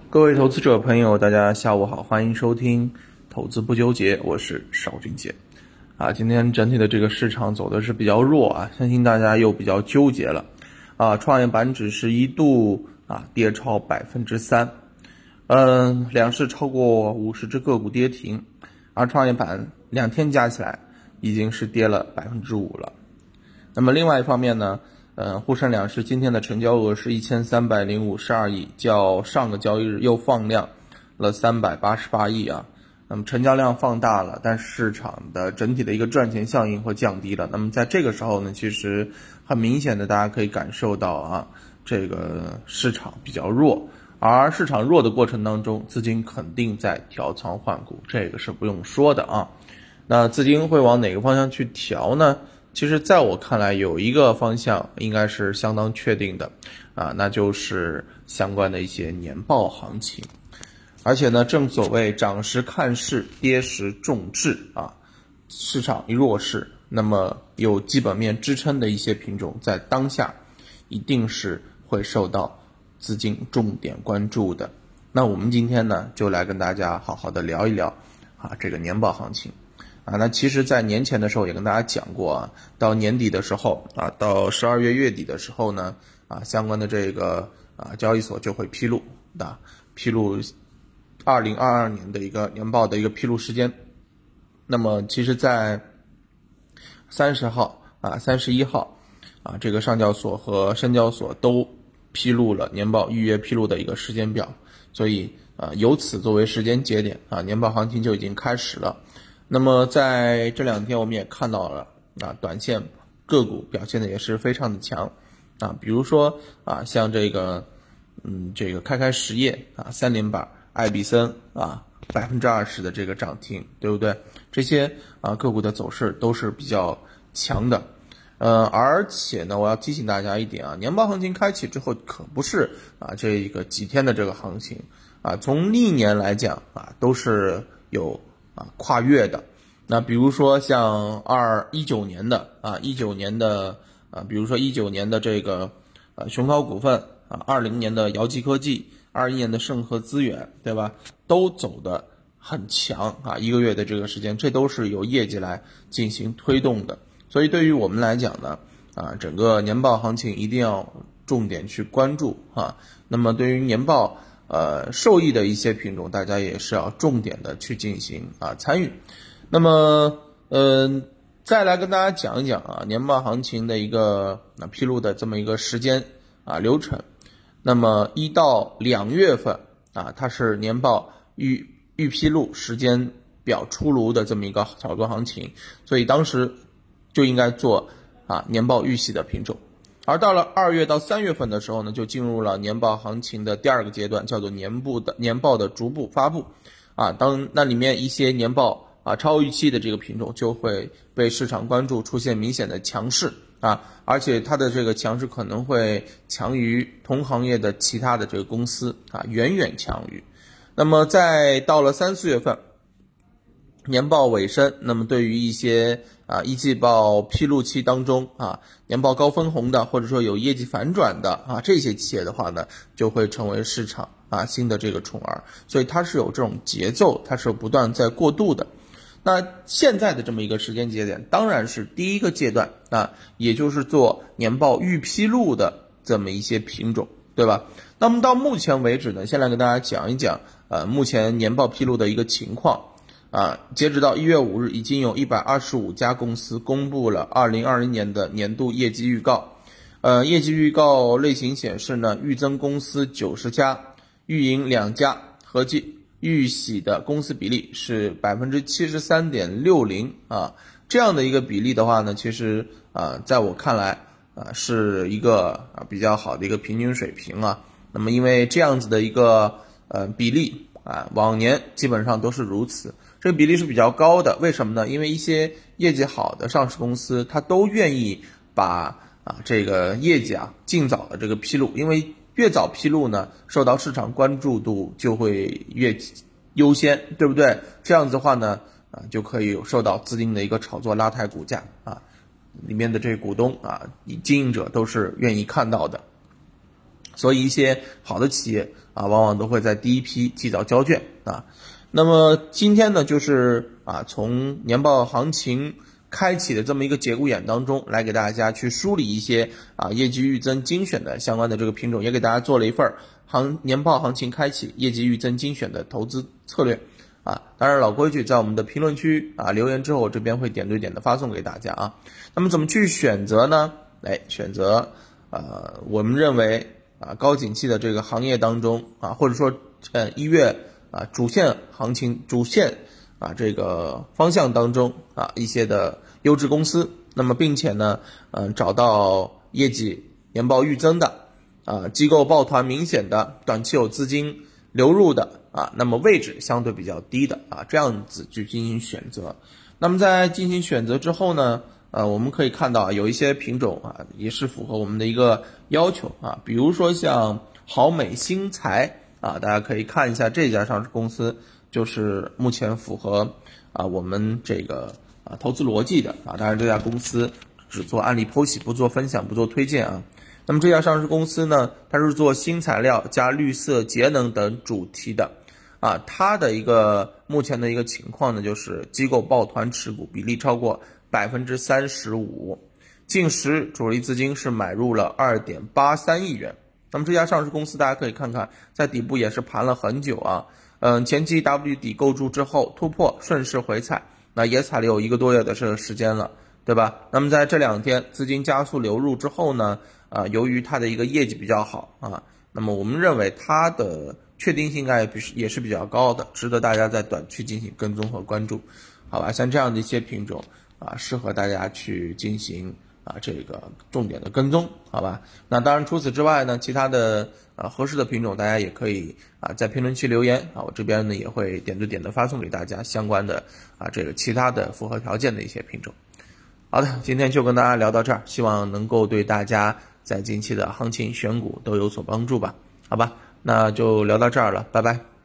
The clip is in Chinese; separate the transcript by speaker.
Speaker 1: 各位投资者朋友，大家下午好，欢迎收听投资不纠结，我是邵军杰。今天整体的这个市场走的是比较弱啊，相信大家又比较纠结了创业板指是一度跌超 3%，两市超过50只个股跌停，而创业板2天加起来已经是跌了 5% 了。那么另外一方面呢，沪深两市今天的成交额是1352亿，较上个交易日又放量了388亿啊。那么成交量放大了，但市场的整体的一个赚钱效应会降低了。那么在这个时候呢，其实很明显的大家可以感受到这个市场比较弱，而市场弱的过程当中，资金肯定在调仓换股，这个是不用说的啊。那资金会往哪个方向去调呢？其实在我看来有一个方向应该是相当确定的那就是相关的一些年报行情。而且呢，正所谓涨时看势，跌时重质市场一弱势，那么有基本面支撑的一些品种在当下一定是会受到资金重点关注的。那我们今天呢就来跟大家好好的聊一聊这个年报行情那其实在年前的时候也跟大家讲过到年底的时候到12月月底的时候呢相关的这个交易所就会披露2022年的一个年报的一个披露时间。那么其实在30号31号这个上交所和深交所都披露了年报预约披露的一个时间表，所以由此作为时间节点年报行情就已经开始了。那么在这2天我们也看到了短线个股表现的也是非常的强比如说像这个开开实业3连板，爱彼生20%的这个涨停，对不对？这些个股的走势都是比较强的。而且呢，我要提醒大家一点年报行情开启之后可不是这个几天的这个行情从历年来讲都是有跨越的。那比如说像19年的比如说19年的这个雄高股份20年的瑶基科技，21年的盛和资源，对吧？都走得很强1个月的这个时间，这都是由业绩来进行推动的。所以对于我们来讲呢整个年报行情一定要重点去关注那么对于年报受益的一些品种，大家也是要重点的去进行参与。那么再来跟大家讲一讲年报行情的一个披露的这么一个时间流程。那么1到2月份它是年报预披露时间表出炉的这么一个炒作行情，所以当时就应该做年报预喜的品种。而到了2月到3月份的时候呢，就进入了年报行情的第2个阶段，叫做年报的逐步发布当那里面一些年报超预期的这个品种就会被市场关注，出现明显的强势而且它的这个强势可能会强于同行业的其他的这个公司远远强于。那么在到了3、4月份年报尾声，那么对于一些一季报披露期当中年报高分红的，或者说有业绩反转的这些企业的话呢，就会成为市场新的这个宠儿，所以它是有这种节奏，它是不断在过渡的。那现在的这么一个时间节点当然是第一个阶段也就是做年报预披露的这么一些品种，对吧？那么到目前为止呢，先来跟大家讲一讲目前年报披露的一个情况截止到1月5日，已经有125家公司公布了2020年的年度业绩预告。业绩预告类型显示呢，预增公司90家，预盈2家，合计预喜的公司比例是 73.60% 这样的一个比例的话呢，其实在我看来是一个比较好的一个平均水平那么因为这样子的一个比例往年基本上都是如此，这个比例是比较高的。为什么呢？因为一些业绩好的上市公司它都愿意把这个业绩尽早的这个披露，因为越早披露呢，受到市场关注度就会越优先，对不对？这样子的话呢就可以受到资金的一个炒作拉抬股价里面的这股东经营者都是愿意看到的。 所以一些好的企业啊，往往都会在第一批提早交卷啊。那么今天呢，就是从年报行情开启的这么一个节骨眼当中，来给大家去梳理一些业绩预增精选的相关的这个品种，也给大家做了一份年报行情开启业绩预增精选的投资策略当然老规矩，在我们的评论区留言之后，我这边会点对点的发送给大家那么怎么去选择呢？选择我们认为高景气的这个行业当中或者说1月主线行情主线这个方向当中一些的优质公司，那么并且呢找到业绩年报预增的机构抱团明显的，短期有资金流入的那么位置相对比较低的这样子去进行选择。那么在进行选择之后呢我们可以看到有一些品种也是符合我们的一个要求比如说像豪美新材大家可以看一下这家上市公司，就是目前符合我们这个投资逻辑的当然这家公司只做案例剖析，不做分享，不做推荐那么这家上市公司呢，它是做新材料加绿色节能等主题的它的一个目前的一个情况呢，就是机构抱团持股比例超过35%，近时主力资金是买入了2.83亿元。那么这家上市公司大家可以看看，在底部也是盘了很久前期 W 底构筑之后突破，顺势回踩，那也踩了有1个多月的这个时间了，对吧？那么在这2天资金加速流入之后呢由于它的一个业绩比较好那么我们认为它的确定性也是比较高的，值得大家在短期进行跟踪和关注，好吧？像这样的一些品种适合大家去进行这个重点的跟踪，好吧？那当然除此之外呢，其他的合适的品种大家也可以在评论区留言我这边呢也会点对点的发送给大家相关的这个其他的符合条件的一些品种。好的，今天就跟大家聊到这儿，希望能够对大家在近期的行情选股都有所帮助吧，好吧？那就聊到这儿了，拜拜。